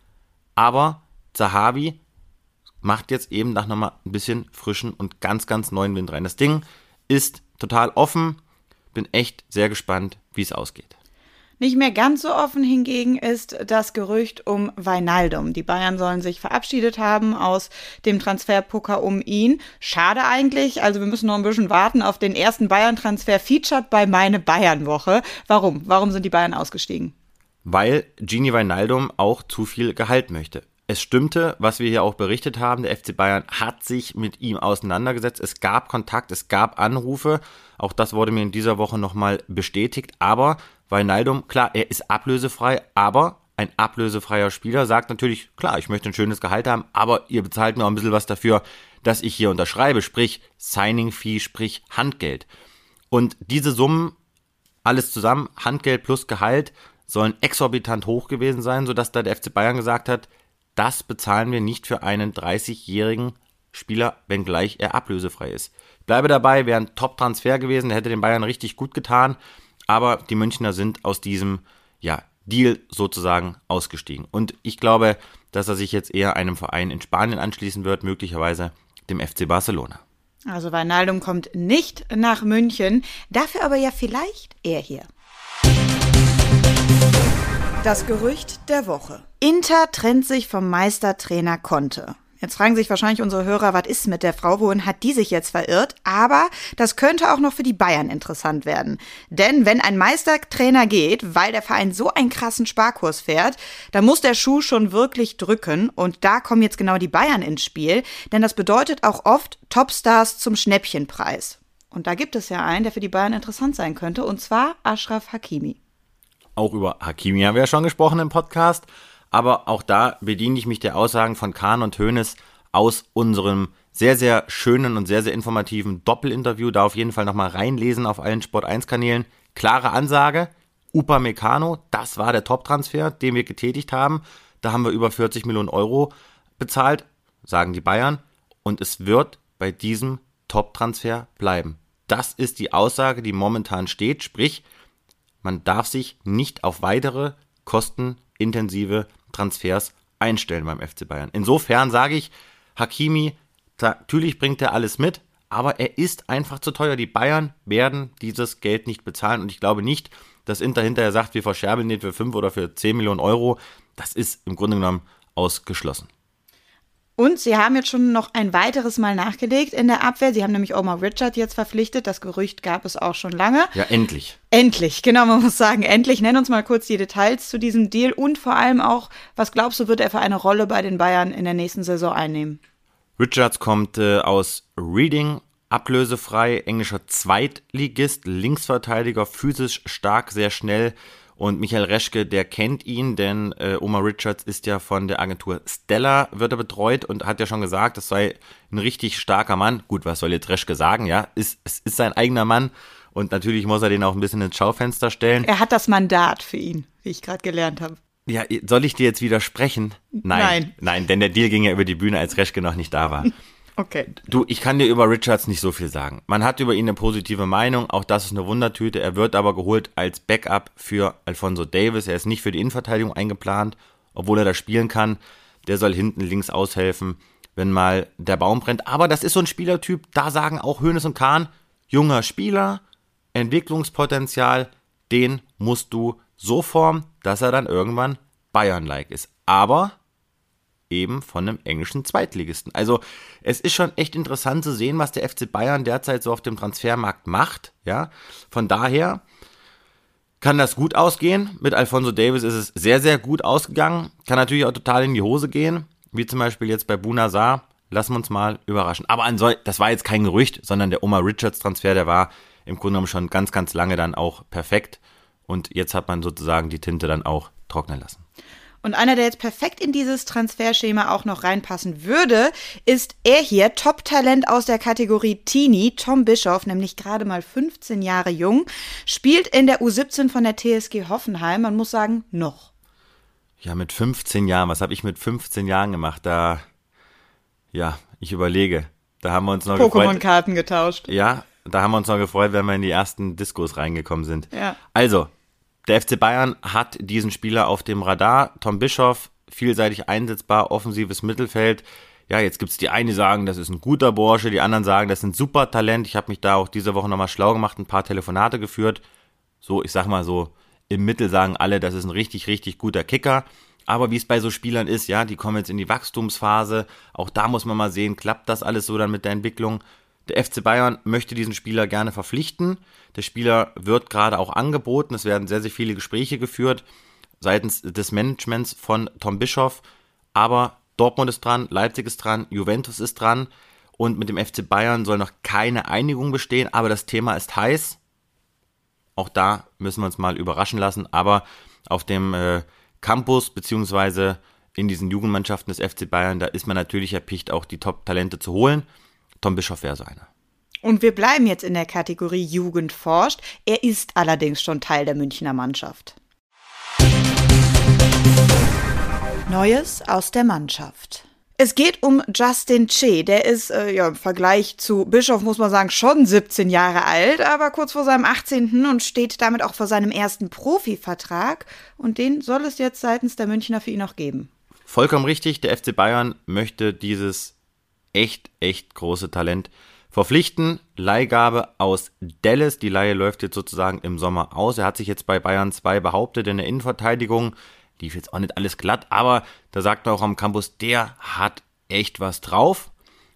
Aber Zahavi macht jetzt eben nach nochmal ein bisschen frischen und ganz, ganz neuen Wind rein. Das Ding ist total offen. Bin echt sehr gespannt, wie es ausgeht. Nicht mehr ganz so offen hingegen ist das Gerücht um Wijnaldum. Die Bayern sollen sich verabschiedet haben aus dem Transferpoker um ihn. Schade eigentlich, also wir müssen noch ein bisschen warten auf den ersten Bayern-Transfer, featured bei Meine Bayern-Woche. Warum? Warum sind die Bayern ausgestiegen? Weil Gini Wijnaldum auch zu viel Gehalt möchte. Es stimmte, was wir hier auch berichtet haben, der F C Bayern hat sich mit ihm auseinandergesetzt. Es gab Kontakt, es gab Anrufe. Auch das wurde mir in dieser Woche nochmal bestätigt. Aber Wijnaldum, klar, er ist ablösefrei, aber ein ablösefreier Spieler sagt natürlich, klar, ich möchte ein schönes Gehalt haben, aber ihr bezahlt mir auch ein bisschen was dafür, das ich hier unterschreibe, sprich Signing-Fee, sprich Handgeld. Und diese Summen, alles zusammen, Handgeld plus Gehalt, sollen exorbitant hoch gewesen sein, sodass da der F C Bayern gesagt hat, das bezahlen wir nicht für einen dreißigjährigen Spieler, wenngleich er ablösefrei ist. Ich bleibe dabei, wäre ein Top-Transfer gewesen, der hätte den Bayern richtig gut getan, aber die Münchner sind aus diesem ja, Deal sozusagen ausgestiegen. Und ich glaube, dass er sich jetzt eher einem Verein in Spanien anschließen wird, möglicherweise dem F C Barcelona. Also Wijnaldum kommt nicht nach München, dafür aber ja vielleicht er hier. Das Gerücht der Woche. Inter trennt sich vom Meistertrainer Conte. Jetzt fragen sich wahrscheinlich unsere Hörer, was ist mit der Frau, wohin hat die sich jetzt verirrt? Aber das könnte auch noch für die Bayern interessant werden. Denn wenn ein Meistertrainer geht, weil der Verein so einen krassen Sparkurs fährt, dann muss der Schuh schon wirklich drücken. Und da kommen jetzt genau die Bayern ins Spiel. Denn das bedeutet auch oft Topstars zum Schnäppchenpreis. Und da gibt es ja einen, der für die Bayern interessant sein könnte, und zwar Achraf Hakimi. Auch über Hakimi haben wir ja schon gesprochen im Podcast. Aber auch da bediene ich mich der Aussagen von Kahn und Hoeneß aus unserem sehr, sehr schönen und sehr, sehr informativen Doppelinterview. Da auf jeden Fall nochmal reinlesen auf allen Sport eins Kanälen. Klare Ansage, Upamecano, das war der Top-Transfer, den wir getätigt haben. Da haben wir über vierzig Millionen Euro bezahlt, sagen die Bayern. Und es wird bei diesem Top-Transfer bleiben. Das ist die Aussage, die momentan steht. Sprich, man darf sich nicht auf weitere kostenintensive Transfers einstellen beim F C Bayern. Insofern sage ich, Hakimi, natürlich bringt er alles mit, aber er ist einfach zu teuer. Die Bayern werden dieses Geld nicht bezahlen und ich glaube nicht, dass Inter hinterher sagt, wir verscherbeln den für fünf oder für zehn Millionen Euro. Das ist im Grunde genommen ausgeschlossen. Und sie haben jetzt schon noch ein weiteres Mal nachgelegt in der Abwehr. Sie haben nämlich Omar Richard jetzt verpflichtet. Das Gerücht gab es auch schon lange. Ja, endlich. Endlich, genau, man muss sagen, endlich. Nenn uns mal kurz die Details zu diesem Deal und vor allem auch, was glaubst du, wird er für eine Rolle bei den Bayern in der nächsten Saison einnehmen? Richards kommt äh, aus Reading, ablösefrei, englischer Zweitligist, Linksverteidiger, physisch stark, sehr schnell. Und Michael Reschke, der kennt ihn, denn äh, Omar Richards ist ja von der Agentur Stella, wird er betreut und hat ja schon gesagt, das sei ein richtig starker Mann. Gut, was soll jetzt Reschke sagen, ja? Ist, es ist sein eigener Mann und natürlich muss er den auch ein bisschen ins Schaufenster stellen. Er hat das Mandat für ihn, wie ich gerade gelernt habe. Ja, soll ich dir jetzt widersprechen? Nein. Nein, Nein, denn der Deal ging ja über die Bühne, als Reschke noch nicht da war. Okay. Du, ich kann dir über Richards nicht so viel sagen. Man hat über ihn eine positive Meinung, auch das ist eine Wundertüte. Er wird aber geholt als Backup für Alphonso Davies. Er ist nicht für die Innenverteidigung eingeplant, obwohl er da spielen kann. Der soll hinten links aushelfen, wenn mal der Baum brennt. Aber das ist so ein Spielertyp, da sagen auch Hoeneß und Kahn, junger Spieler, Entwicklungspotenzial, den musst du so formen, dass er dann irgendwann Bayern-like ist. Aber eben von einem englischen Zweitligisten. Also es ist schon echt interessant zu sehen, was der F C Bayern derzeit so auf dem Transfermarkt macht. Ja, von daher kann das gut ausgehen. Mit Alphonso Davies ist es sehr, sehr gut ausgegangen. Kann natürlich auch total in die Hose gehen, wie zum Beispiel jetzt bei Bouna Sarr. Lassen wir uns mal überraschen. Aber an so, das war jetzt kein Gerücht, sondern der Omar Richards Transfer, der war im Grunde genommen schon ganz, ganz lange dann auch perfekt. Und jetzt hat man sozusagen die Tinte dann auch trocknen lassen. Und einer, der jetzt perfekt in dieses Transferschema auch noch reinpassen würde, ist er hier, Top-Talent aus der Kategorie Teenie, Tom Bischoff, nämlich gerade mal fünfzehn Jahre jung, spielt in der U siebzehn von der T S G Hoffenheim, man muss sagen, noch. Ja, mit fünfzehn Jahren, was habe ich mit fünfzehn Jahren gemacht? Da, ja, ich überlege, da haben wir uns noch gefreut. Pokémon-Karten getauscht. Ja, da haben wir uns noch gefreut, wenn wir in die ersten Diskos reingekommen sind. Ja. Also, der F C Bayern hat diesen Spieler auf dem Radar. Tom Bischoff, vielseitig einsetzbar, offensives Mittelfeld. Ja, jetzt gibt es die einen, die sagen, das ist ein guter Bursche, die anderen sagen, das ist ein super Talent. Ich habe mich da auch diese Woche nochmal schlau gemacht, ein paar Telefonate geführt. So, ich sag mal so, im Mittel sagen alle, das ist ein richtig, richtig guter Kicker. Aber wie es bei so Spielern ist, ja, die kommen jetzt in die Wachstumsphase. Auch da muss man mal sehen, klappt das alles so dann mit der Entwicklung? Der F C Bayern möchte diesen Spieler gerne verpflichten. Der Spieler wird gerade auch angeboten. Es werden sehr, sehr viele Gespräche geführt seitens des Managements von Tom Bischoff. Aber Dortmund ist dran, Leipzig ist dran, Juventus ist dran. Und mit dem F C Bayern soll noch keine Einigung bestehen. Aber das Thema ist heiß. Auch da müssen wir uns mal überraschen lassen. Aber auf dem äh, Campus beziehungsweise in diesen Jugendmannschaften des F C Bayern, da ist man natürlich erpicht, auch die Top-Talente zu holen. Tom Bischoff wäre so einer. Und wir bleiben jetzt in der Kategorie Jugend forscht. Er ist allerdings schon Teil der Münchner Mannschaft. Neues aus der Mannschaft. Es geht um Justin Che. Der ist äh, ja, im Vergleich zu Bischoff, muss man sagen, schon siebzehn Jahre alt, aber kurz vor seinem achtzehnten und steht damit auch vor seinem ersten Profivertrag. Und den soll es jetzt seitens der Münchner für ihn noch geben. Vollkommen richtig, der F C Bayern möchte dieses echt, echt große Talent verpflichten. Leihgabe aus Dallas, die Leihe läuft jetzt sozusagen im Sommer aus. Er hat sich jetzt bei Bayern zwei behauptet in der Innenverteidigung. Lief jetzt auch nicht alles glatt, aber da sagt er auch am Campus, der hat echt was drauf.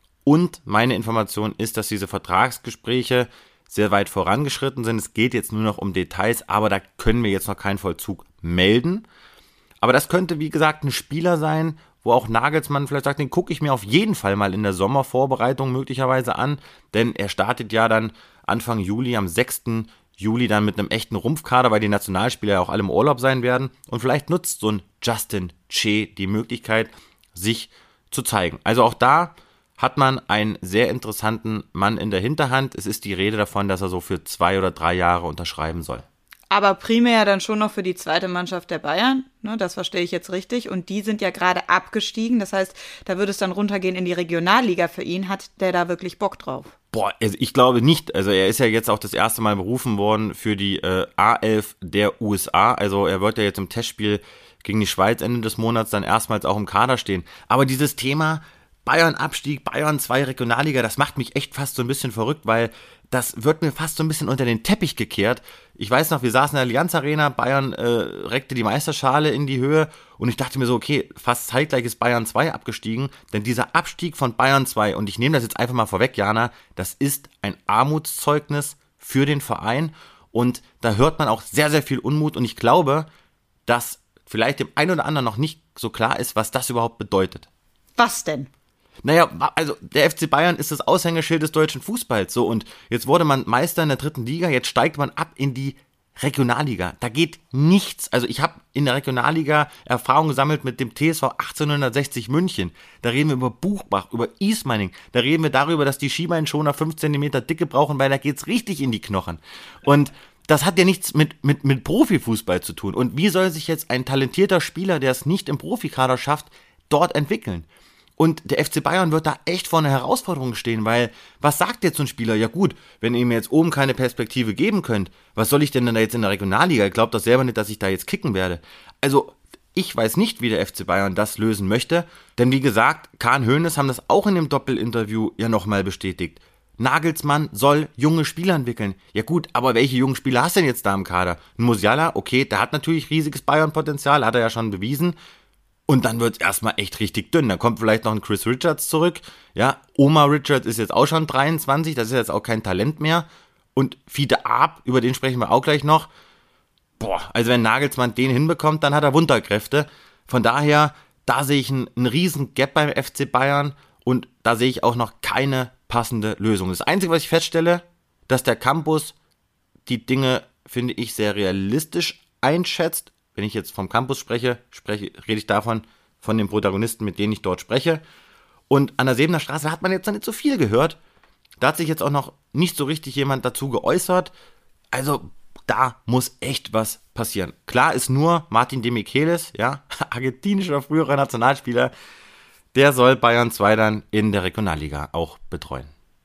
Und meine Information ist, dass diese Vertragsgespräche sehr weit vorangeschritten sind. Es geht jetzt nur noch um Details, aber da können wir jetzt noch keinen Vollzug melden. Aber das könnte, wie gesagt, ein Spieler sein, wo auch Nagelsmann vielleicht sagt, den gucke ich mir auf jeden Fall mal in der Sommervorbereitung möglicherweise an, denn er startet ja dann Anfang Juli, am sechsten Juli dann mit einem echten Rumpfkader, weil die Nationalspieler ja auch alle im Urlaub sein werden. Und vielleicht nutzt so ein Justin Che die Möglichkeit, sich zu zeigen. Also auch da hat man einen sehr interessanten Mann in der Hinterhand. Es ist die Rede davon, dass er so für zwei oder drei Jahre unterschreiben soll. Aber primär dann schon noch für die zweite Mannschaft der Bayern, ne, das verstehe ich jetzt richtig. Und die sind ja gerade abgestiegen, das heißt, da würde es dann runtergehen in die Regionalliga für ihn. Hat der da wirklich Bock drauf? Boah, also ich glaube nicht. Also er ist ja jetzt auch das erste Mal berufen worden für die äh, A elf der U S A. Also er wird ja jetzt im Testspiel gegen die Schweiz Ende des Monats dann erstmals auch im Kader stehen. Aber dieses Thema Bayern-Abstieg, Bayern zwei Regionalliga, das macht mich echt fast so ein bisschen verrückt, weil das wird mir fast so ein bisschen unter den Teppich gekehrt. Ich weiß noch, wir saßen in der Allianz Arena, Bayern äh, reckte die Meisterschale in die Höhe und ich dachte mir so, okay, fast zeitgleich ist Bayern zwei abgestiegen, denn dieser Abstieg von Bayern zwei, und ich nehme das jetzt einfach mal vorweg, Jana, das ist ein Armutszeugnis für den Verein und da hört man auch sehr, sehr viel Unmut und ich glaube, dass vielleicht dem einen oder anderen noch nicht so klar ist, was das überhaupt bedeutet. Was denn? Naja, also der F C Bayern ist das Aushängeschild des deutschen Fußballs, so, und jetzt wurde man Meister in der dritten Liga, jetzt steigt man ab in die Regionalliga. Da geht nichts. Also ich habe in der Regionalliga Erfahrung gesammelt mit dem T S V achtzehnhundertsechzig München. Da reden wir über Buchbach, über Ismaning. Da reden wir darüber, dass die Schienbeinschoner fünf Zentimeter Dicke brauchen, weil da geht's richtig in die Knochen. Und das hat ja nichts mit, mit, mit Profifußball zu tun. Und wie soll sich jetzt ein talentierter Spieler, der es nicht im Profikader schafft, dort entwickeln? Und der F C Bayern wird da echt vor einer Herausforderung stehen, weil was sagt jetzt so ein Spieler? Ja gut, wenn ihr mir jetzt oben keine Perspektive geben könnt, was soll ich denn da jetzt in der Regionalliga? Ich glaube doch selber nicht, dass ich da jetzt kicken werde. Also ich weiß nicht, wie der F C Bayern das lösen möchte, denn wie gesagt, Kahn Hoeneß haben das auch in dem Doppelinterview ja nochmal bestätigt. Nagelsmann soll junge Spieler entwickeln. Ja gut, aber welche jungen Spieler hast du denn jetzt da im Kader? Musiala, okay, der hat natürlich riesiges Bayern-Potenzial, hat er ja schon bewiesen. Und dann wird es erstmal echt richtig dünn. Dann kommt vielleicht noch ein Chris Richards zurück. Ja, Oma Richards ist jetzt auch schon dreiundzwanzig, das ist jetzt auch kein Talent mehr. Und Fiete Arp, über den sprechen wir auch gleich noch. Boah, also wenn Nagelsmann den hinbekommt, dann hat er Wunderkräfte. Von daher, da sehe ich einen, einen riesen Gap beim F C Bayern und da sehe ich auch noch keine passende Lösung. Das Einzige, was ich feststelle, dass der Campus die Dinge, finde ich, sehr realistisch einschätzt. Wenn ich jetzt vom Campus spreche, spreche, rede ich davon, von den Protagonisten, mit denen ich dort spreche. Und an der Sebener Straße hat man jetzt noch nicht so viel gehört. Da hat sich jetzt auch noch nicht so richtig jemand dazu geäußert. Also da muss echt was passieren. Klar ist nur Martin de Michelis, ja, argentinischer früherer Nationalspieler, der soll Bayern zwei dann in der Regionalliga auch betreuen.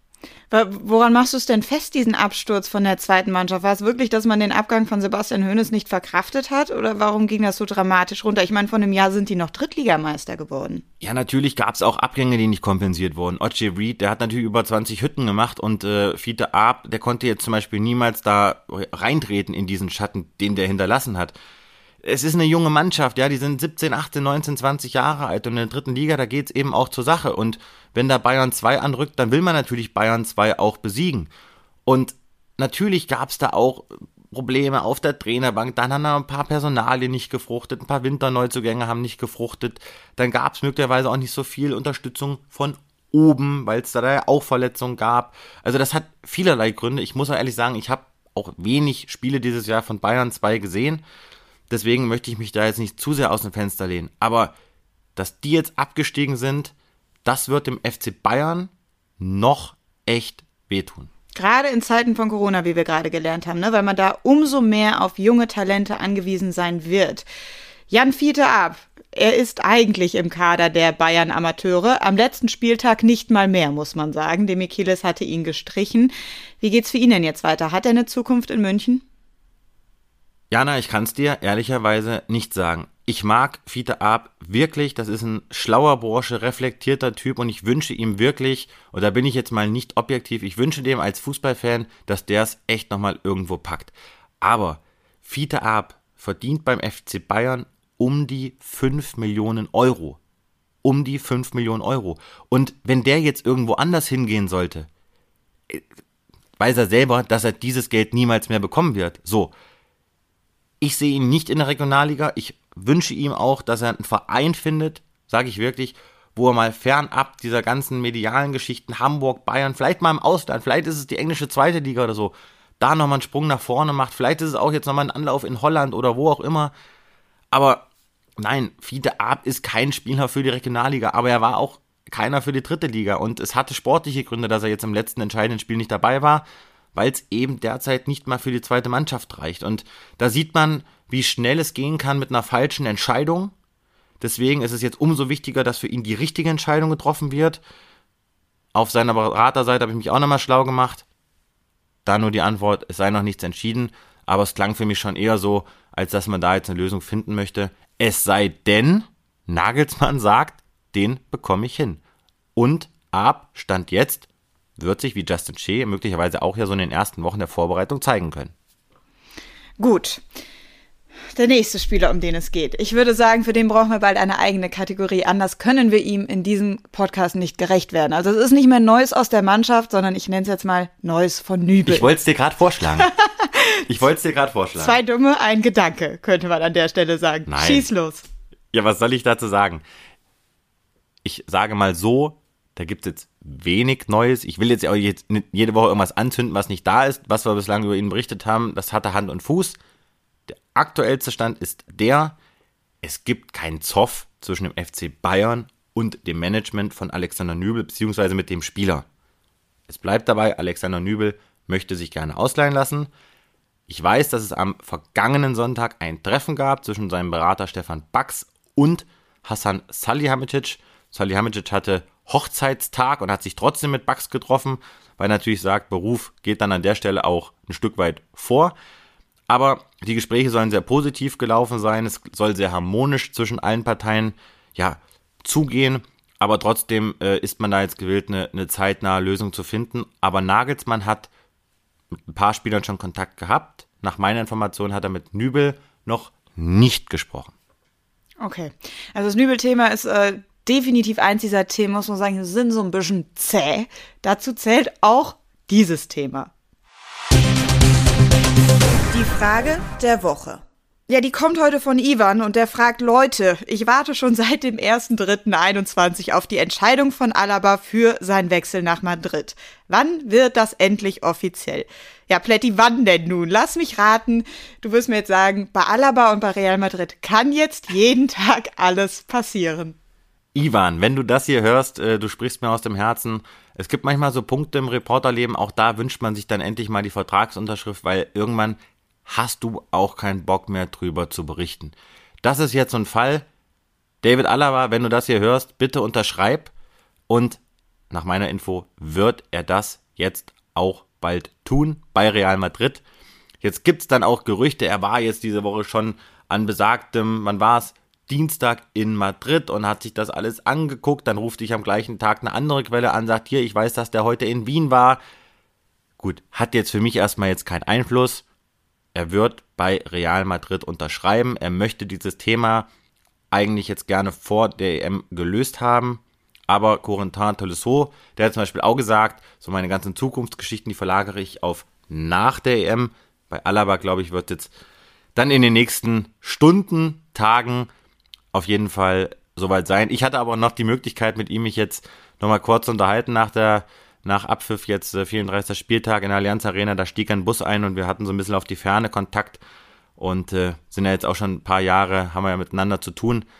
Woran machst du es denn fest, diesen Absturz von der zweiten Mannschaft? War es wirklich, dass man den Abgang von Sebastian Hoeneß nicht verkraftet hat? Oder warum ging das so dramatisch runter? Ich meine, vor einem Jahr sind die noch Drittligameister geworden. Ja, natürlich gab es auch Abgänge, die nicht kompensiert wurden. Otje Reed, der hat natürlich über zwanzig Hütten gemacht und äh, Fiete Arp, der konnte jetzt zum Beispiel niemals da reintreten in diesen Schatten, den der hinterlassen hat. Es ist eine junge Mannschaft, ja, die sind siebzehn, achtzehn, neunzehn, zwanzig Jahre alt und in der dritten Liga, da geht's eben auch zur Sache und wenn da Bayern zwei anrückt, dann will man natürlich Bayern zwei auch besiegen und natürlich gab's da auch Probleme auf der Trainerbank, dann haben da ein paar Personalien nicht gefruchtet, ein paar Winterneuzugänge haben nicht gefruchtet, dann gab's möglicherweise auch nicht so viel Unterstützung von oben, weil es da ja auch Verletzungen gab, also das hat vielerlei Gründe, ich muss auch ehrlich sagen, ich habe auch wenig Spiele dieses Jahr von Bayern zwei gesehen. Deswegen möchte ich mich da jetzt nicht zu sehr aus dem Fenster lehnen. Aber dass die jetzt abgestiegen sind, das wird dem F C Bayern noch echt wehtun. Gerade in Zeiten von Corona, wie wir gerade gelernt haben, ne? Weil man da umso mehr auf junge Talente angewiesen sein wird. Jan Fiete ab. Er ist eigentlich im Kader der Bayern-Amateure. Am letzten Spieltag nicht mal mehr, muss man sagen. Demichelis hatte ihn gestrichen. Wie geht's für ihn denn jetzt weiter? Hat er eine Zukunft in München? Jana, ich kann es dir ehrlicherweise nicht sagen. Ich mag Fiete Ab wirklich, das ist ein schlauer Bursche, reflektierter Typ und ich wünsche ihm wirklich, und da bin ich jetzt mal nicht objektiv, ich wünsche dem als Fußballfan, dass der es echt nochmal irgendwo packt. Aber Fiete Ab verdient beim F C Bayern um die fünf Millionen Euro. Um die fünf Millionen Euro. Und wenn der jetzt irgendwo anders hingehen sollte, weiß er selber, dass er dieses Geld niemals mehr bekommen wird. So, ich sehe ihn nicht in der Regionalliga. Ich wünsche ihm auch, dass er einen Verein findet, sage ich wirklich, wo er mal fernab dieser ganzen medialen Geschichten, Hamburg, Bayern, vielleicht mal im Ausland, vielleicht ist es die englische zweite Liga oder so, da nochmal einen Sprung nach vorne macht, vielleicht ist es auch jetzt nochmal ein Anlauf in Holland oder wo auch immer. Aber nein, Fiete Ab ist kein Spieler für die Regionalliga, aber er war auch keiner für die dritte Liga und es hatte sportliche Gründe, dass er jetzt im letzten entscheidenden Spiel nicht dabei war, weil es eben derzeit nicht mal für die zweite Mannschaft reicht. Und da sieht man, wie schnell es gehen kann mit einer falschen Entscheidung. Deswegen ist es jetzt umso wichtiger, dass für ihn die richtige Entscheidung getroffen wird. Auf seiner Beraterseite habe ich mich auch nochmal schlau gemacht. Da nur die Antwort, es sei noch nichts entschieden. Aber es klang für mich schon eher so, als dass man da jetzt eine Lösung finden möchte. Es sei denn, Nagelsmann sagt, den bekomme ich hin. Und Ab, Stand jetzt, wird sich wie Justin Shea möglicherweise auch ja so in den ersten Wochen der Vorbereitung zeigen können. Gut. Der nächste Spieler, um den es geht. Ich würde sagen, für den brauchen wir bald eine eigene Kategorie. Anders können wir ihm in diesem Podcast nicht gerecht werden. Also es ist nicht mehr Neues aus der Mannschaft, sondern ich nenne es jetzt mal Neues von Nübel. Ich wollte es dir gerade vorschlagen. Ich wollte es dir gerade vorschlagen. Zwei Dumme, ein Gedanke, könnte man an der Stelle sagen. Nein. Schieß los. Ja, was soll ich dazu sagen? Ich sage mal so, da gibt es jetzt wenig Neues. Ich will jetzt auch jetzt nicht jede Woche irgendwas anzünden, was nicht da ist. Was wir bislang über ihn berichtet haben, das hatte Hand und Fuß. Der aktuellste Stand ist der, es gibt keinen Zoff zwischen dem F C Bayern und dem Management von Alexander Nübel, beziehungsweise mit dem Spieler. Es bleibt dabei, Alexander Nübel möchte sich gerne ausleihen lassen. Ich weiß, dass es am vergangenen Sonntag ein Treffen gab zwischen seinem Berater Stefan Bax und Hasan Salihamidzic. Salihamidzic hatte Hochzeitstag und hat sich trotzdem mit Bax getroffen, weil er natürlich sagt, Beruf geht dann an der Stelle auch ein Stück weit vor. Aber die Gespräche sollen sehr positiv gelaufen sein, es soll sehr harmonisch zwischen allen Parteien ja, zugehen, aber trotzdem äh, ist man da jetzt gewillt, eine, eine zeitnahe Lösung zu finden. Aber Nagelsmann hat mit ein paar Spielern schon Kontakt gehabt. Nach meiner Information hat er mit Nübel noch nicht gesprochen. Okay, also das Nübel-Thema ist äh, definitiv eins dieser Themen, muss man sagen, sind so ein bisschen zäh. Dazu zählt auch dieses Thema. Die Frage der Woche. Ja, die kommt heute von Ivan und der fragt, Leute, ich warte schon seit dem ersten dritten einundzwanzig auf die Entscheidung von Alaba für seinen Wechsel nach Madrid. Wann wird das endlich offiziell? Ja, Plätti, wann denn nun? Lass mich raten. Du wirst mir jetzt sagen, bei Alaba und bei Real Madrid kann jetzt jeden Tag alles passieren. Ivan, wenn du das hier hörst, äh, du sprichst mir aus dem Herzen. Es gibt manchmal so Punkte im Reporterleben, auch da wünscht man sich dann endlich mal die Vertragsunterschrift, weil irgendwann hast du auch keinen Bock mehr drüber zu berichten. Das ist jetzt so ein Fall. David Alaba, wenn du das hier hörst, bitte unterschreib. Und nach meiner Info wird er das jetzt auch bald tun bei Real Madrid. Jetzt gibt es dann auch Gerüchte, er war jetzt diese Woche schon an besagtem, wann war es, Dienstag in Madrid und hat sich das alles angeguckt. Dann ruft dich am gleichen Tag eine andere Quelle an, sagt, hier, ich weiß, dass der heute in Wien war. Gut, hat jetzt für mich erstmal jetzt keinen Einfluss. Er wird bei Real Madrid unterschreiben. Er möchte dieses Thema eigentlich jetzt gerne vor der E M gelöst haben. Aber Corentin Tolisso, der hat zum Beispiel auch gesagt, so meine ganzen Zukunftsgeschichten, die verlagere ich auf nach der E M. Bei Alaba, glaube ich, wird jetzt dann in den nächsten Stunden, Tagen auf jeden Fall soweit sein. Ich hatte aber noch die Möglichkeit, mit ihm mich jetzt nochmal kurz unterhalten nach der Nach Abpfiff jetzt äh, vierunddreißigster Spieltag in der Allianz Arena, da stieg ein Bus ein und wir hatten so ein bisschen auf die Ferne Kontakt und äh, sind ja jetzt auch schon ein paar Jahre, haben wir ja miteinander zu tun.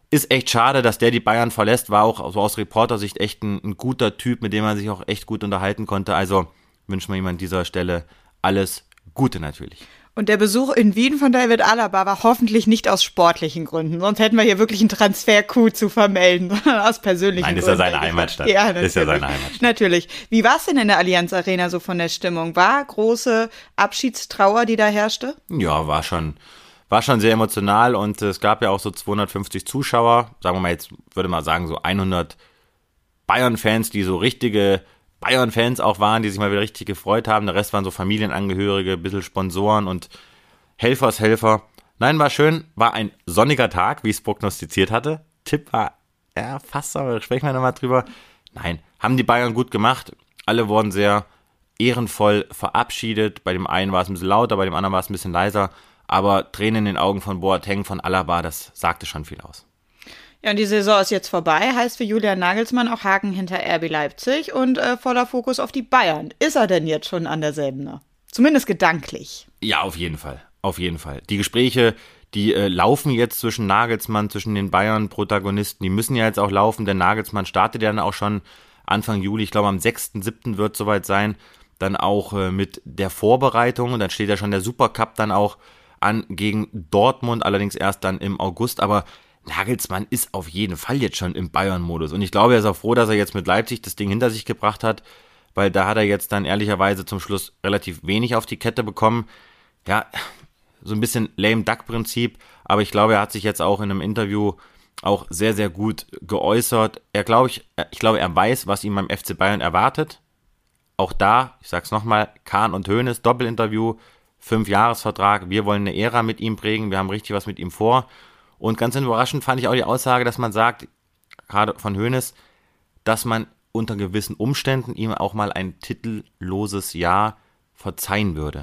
ist echt schade, dass der die Bayern verlässt, war auch so aus Reportersicht echt ein, ein guter Typ, mit dem man sich auch echt gut unterhalten konnte. Also wünschen wir ihm an dieser Stelle alles Gute natürlich. Und der Besuch in Wien von David Alaba war hoffentlich nicht aus sportlichen Gründen. Sonst hätten wir hier wirklich einen Transfer-Coup zu vermelden, sondern aus persönlichen Nein, Gründen. Nein, ist ja seine Heimatstadt. Ja, natürlich. Ist ja seine Heimatstadt. Natürlich. Wie war es denn in der Allianz Arena so von der Stimmung? War große Abschiedstrauer, die da herrschte? Ja, war schon, war schon sehr emotional und es gab ja auch so zweihundertfünfzig Zuschauer. Sagen wir mal jetzt, würde man sagen, so hundert Bayern-Fans, die so richtige Bayern-Fans auch waren, die sich mal wieder richtig gefreut haben. Der Rest waren so Familienangehörige, ein bisschen Sponsoren und Helfershelfer. Nein, war schön. War ein sonniger Tag, wie ich es prognostiziert hatte. Tipp war, ja, fast, aber sprechen wir nochmal drüber. Nein, haben die Bayern gut gemacht. Alle wurden sehr ehrenvoll verabschiedet. Bei dem einen war es ein bisschen lauter, bei dem anderen war es ein bisschen leiser. Aber Tränen in den Augen von Boateng, von Alaba, das sagte schon viel aus. Ja, und die Saison ist jetzt vorbei, heißt für Julian Nagelsmann auch Haken hinter R B Leipzig und äh, voller Fokus auf die Bayern. Ist er denn jetzt schon an derselben? Ne? Zumindest gedanklich. Ja, auf jeden Fall, auf jeden Fall. Die Gespräche, die äh, laufen jetzt zwischen Nagelsmann, zwischen den Bayern-Protagonisten, die müssen ja jetzt auch laufen, denn Nagelsmann startet ja dann auch schon Anfang Juli, ich glaube am sechsten siebten wird es soweit sein, dann auch äh, mit der Vorbereitung und dann steht ja schon der Supercup dann auch an gegen Dortmund, allerdings erst dann im August, aber Nagelsmann ist auf jeden Fall jetzt schon im Bayern-Modus und ich glaube, er ist auch froh, dass er jetzt mit Leipzig das Ding hinter sich gebracht hat, weil da hat er jetzt dann ehrlicherweise zum Schluss relativ wenig auf die Kette bekommen. Ja, so ein bisschen lame Duck-Prinzip, aber ich glaube, er hat sich jetzt auch in einem Interview auch sehr, sehr gut geäußert. Er glaube ich, ich glaube, er weiß, was ihm beim F C Bayern erwartet. Auch da, ich sag's nochmal, Kahn und Hoeneß, Doppelinterview, Fünf-Jahres-Vertrag, wir wollen eine Ära mit ihm prägen, wir haben richtig was mit ihm vor. Und ganz überraschend fand ich auch die Aussage, dass man sagt, gerade von Hoeneß, dass man unter gewissen Umständen ihm auch mal ein titelloses Jahr verzeihen würde.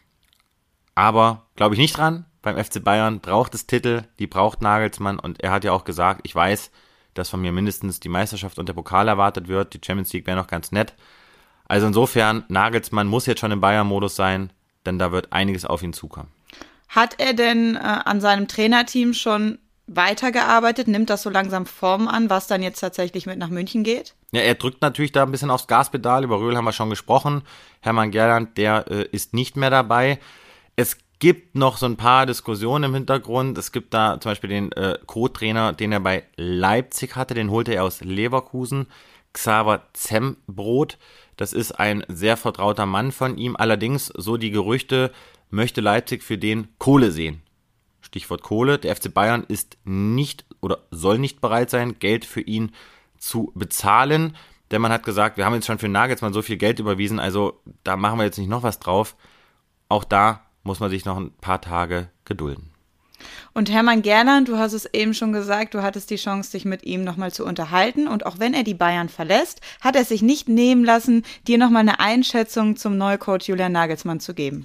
Aber glaube ich nicht dran, beim F C Bayern braucht es Titel, die braucht Nagelsmann und er hat ja auch gesagt, ich weiß, dass von mir mindestens die Meisterschaft und der Pokal erwartet wird, die Champions League wäre noch ganz nett. Also insofern, Nagelsmann muss jetzt schon im Bayern-Modus sein, denn da wird einiges auf ihn zukommen. Hat er denn äh, an seinem Trainerteam schon weitergearbeitet? Nimmt das so langsam Form an, was dann jetzt tatsächlich mit nach München geht? Ja, er drückt natürlich da ein bisschen aufs Gaspedal. Über Röhl haben wir schon gesprochen. Hermann Gerland, der äh, ist nicht mehr dabei. Es gibt noch so ein paar Diskussionen im Hintergrund. Es gibt da zum Beispiel den äh, Co-Trainer, den er bei Leipzig hatte. Den holte er aus Leverkusen. Xaver Zembrodt. Das ist ein sehr vertrauter Mann von ihm. Allerdings, so die Gerüchte, möchte Leipzig für den Kohle sehen. Stichwort Kohle. Der F C Bayern ist nicht oder soll nicht bereit sein, Geld für ihn zu bezahlen. Denn man hat gesagt, wir haben jetzt schon für Nagelsmann so viel Geld überwiesen, also da machen wir jetzt nicht noch was drauf. Auch da muss man sich noch ein paar Tage gedulden. Und Hermann Gerland, du hast es eben schon gesagt, du hattest die Chance, dich mit ihm nochmal zu unterhalten. Und auch wenn er die Bayern verlässt, hat er sich nicht nehmen lassen, dir nochmal eine Einschätzung zum Neucoach Julian Nagelsmann zu geben.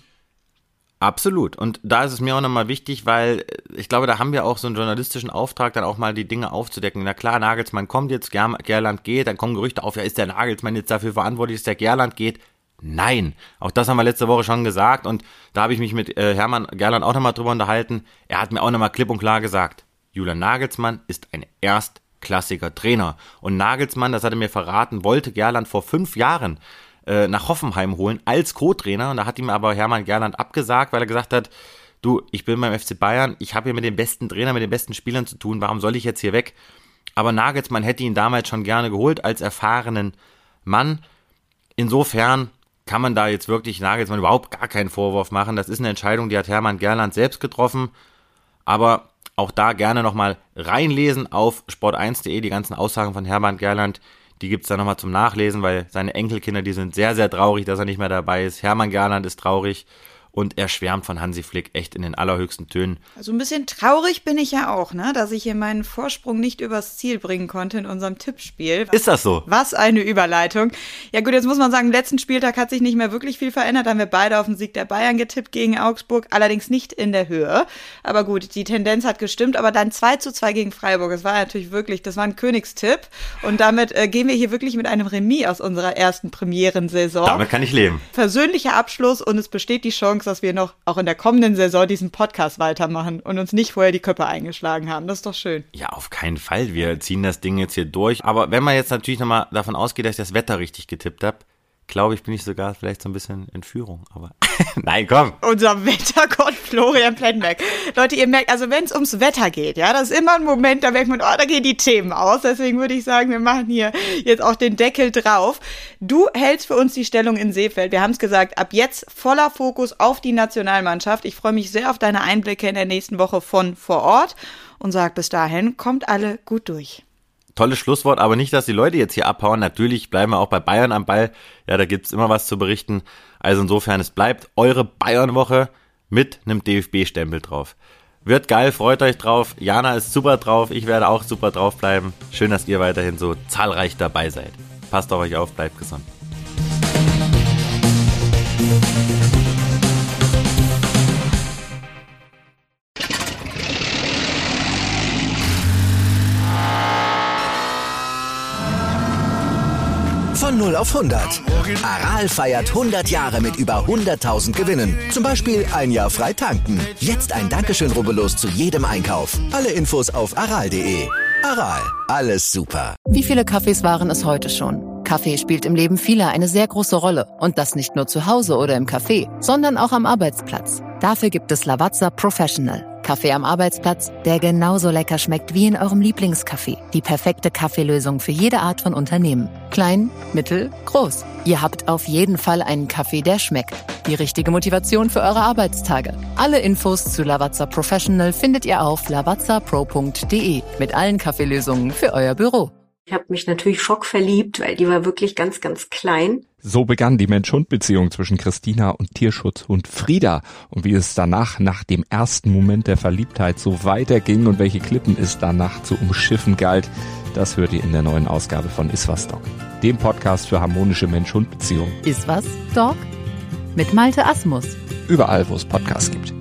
Absolut. Und da ist es mir auch nochmal wichtig, weil ich glaube, da haben wir auch so einen journalistischen Auftrag, dann auch mal die Dinge aufzudecken. Na klar, Nagelsmann kommt jetzt, Ger- Gerland geht, dann kommen Gerüchte auf, ja, ist der Nagelsmann jetzt dafür verantwortlich, dass der Gerland geht? Nein. Auch das haben wir letzte Woche schon gesagt und da habe ich mich mit äh, Hermann Gerland auch nochmal drüber unterhalten. Er hat mir auch nochmal klipp und klar gesagt, Julian Nagelsmann ist ein erstklassiger Trainer. Und Nagelsmann, das hat er mir verraten, wollte Gerland vor fünf Jahren nach Hoffenheim holen als Co-Trainer und da hat ihm aber Hermann Gerland abgesagt, weil er gesagt hat, du, ich bin beim F C Bayern, ich habe hier mit dem besten Trainer, mit den besten Spielern zu tun, warum soll ich jetzt hier weg? Aber Nagelsmann hätte ihn damals schon gerne geholt als erfahrenen Mann. Insofern kann man da jetzt wirklich Nagelsmann überhaupt gar keinen Vorwurf machen. Das ist eine Entscheidung, die hat Hermann Gerland selbst getroffen, aber auch da gerne nochmal reinlesen auf sport eins punkt de, die ganzen Aussagen von Hermann Gerland. Die gibt es dann nochmal zum Nachlesen, weil seine Enkelkinder, die sind sehr, sehr traurig, dass er nicht mehr dabei ist. Hermann Gerland ist traurig und er schwärmt von Hansi Flick echt in den allerhöchsten Tönen. Also ein bisschen traurig bin ich ja auch, ne, dass ich hier meinen Vorsprung nicht übers Ziel bringen konnte in unserem Tippspiel. Ist das so? Was eine Überleitung. Ja gut, jetzt muss man sagen, im letzten Spieltag hat sich nicht mehr wirklich viel verändert. Da haben wir beide auf den Sieg der Bayern getippt gegen Augsburg, allerdings nicht in der Höhe. Aber gut, die Tendenz hat gestimmt, aber dann zwei zu zwei gegen Freiburg. Das war natürlich wirklich, das war ein Königstipp. Und damit äh, gehen wir hier wirklich mit einem Remis aus unserer ersten Premierensaison. Damit kann ich leben. Persönlicher Abschluss und es besteht die Chance, sagst, dass wir noch auch in der kommenden Saison diesen Podcast weitermachen und uns nicht vorher die Köpfe eingeschlagen haben. Das ist doch schön. Ja, auf keinen Fall. Wir ziehen das Ding jetzt hier durch. Aber wenn man jetzt natürlich nochmal davon ausgeht, dass ich das Wetter richtig getippt habe, glaube ich, bin ich sogar vielleicht so ein bisschen in Führung. Aber nein, komm. Unser Wettergott Florian Plettenberg. Leute, ihr merkt, also wenn es ums Wetter geht, ja, das ist immer ein Moment, da merkt man, oh, da gehen die Themen aus. Deswegen würde ich sagen, wir machen hier jetzt auch den Deckel drauf. Du hältst für uns die Stellung in Seefeld. Wir haben es gesagt, ab jetzt voller Fokus auf die Nationalmannschaft. Ich freue mich sehr auf deine Einblicke in der nächsten Woche von vor Ort und sag bis dahin, kommt alle gut durch. Tolles Schlusswort, aber nicht, dass die Leute jetzt hier abhauen. Natürlich bleiben wir auch bei Bayern am Ball. Ja, da gibt's immer was zu berichten. Also insofern, es bleibt eure Bayern-Woche mit einem D F B-Stempel drauf. Wird geil, freut euch drauf. Jana ist super drauf, ich werde auch super drauf bleiben. Schön, dass ihr weiterhin so zahlreich dabei seid. Passt auf euch auf, bleibt gesund. Von null auf hundert. Aral feiert hundert Jahre mit über hunderttausend Gewinnen. Zum Beispiel ein Jahr frei tanken. Jetzt ein Dankeschön, rubbellos zu jedem Einkauf. Alle Infos auf aral punkt de. Aral, alles super. Wie viele Kaffees waren es heute schon? Kaffee spielt im Leben vieler eine sehr große Rolle. Und das nicht nur zu Hause oder im Café, sondern auch am Arbeitsplatz. Dafür gibt es Lavazza Professional. Kaffee am Arbeitsplatz, der genauso lecker schmeckt wie in eurem Lieblingscafé. Die perfekte Kaffeelösung für jede Art von Unternehmen. Klein, mittel, groß. Ihr habt auf jeden Fall einen Kaffee, der schmeckt. Die richtige Motivation für eure Arbeitstage. Alle Infos zu Lavazza Professional findet ihr auf lavazza pro punkt de mit allen Kaffeelösungen für euer Büro. Ich habe mich natürlich schockverliebt, weil die war wirklich ganz, ganz klein. So begann die Mensch-Hund-Beziehung zwischen Christina und Tierschutzhund Frieda. Und wie es danach, nach dem ersten Moment der Verliebtheit, so weiterging und welche Klippen es danach zu umschiffen galt, das hört ihr in der neuen Ausgabe von Iswas Dog, dem Podcast für harmonische Mensch-Hund-Beziehungen. Iswas Dog? Mit Malte Asmus. Überall, wo es Podcasts gibt.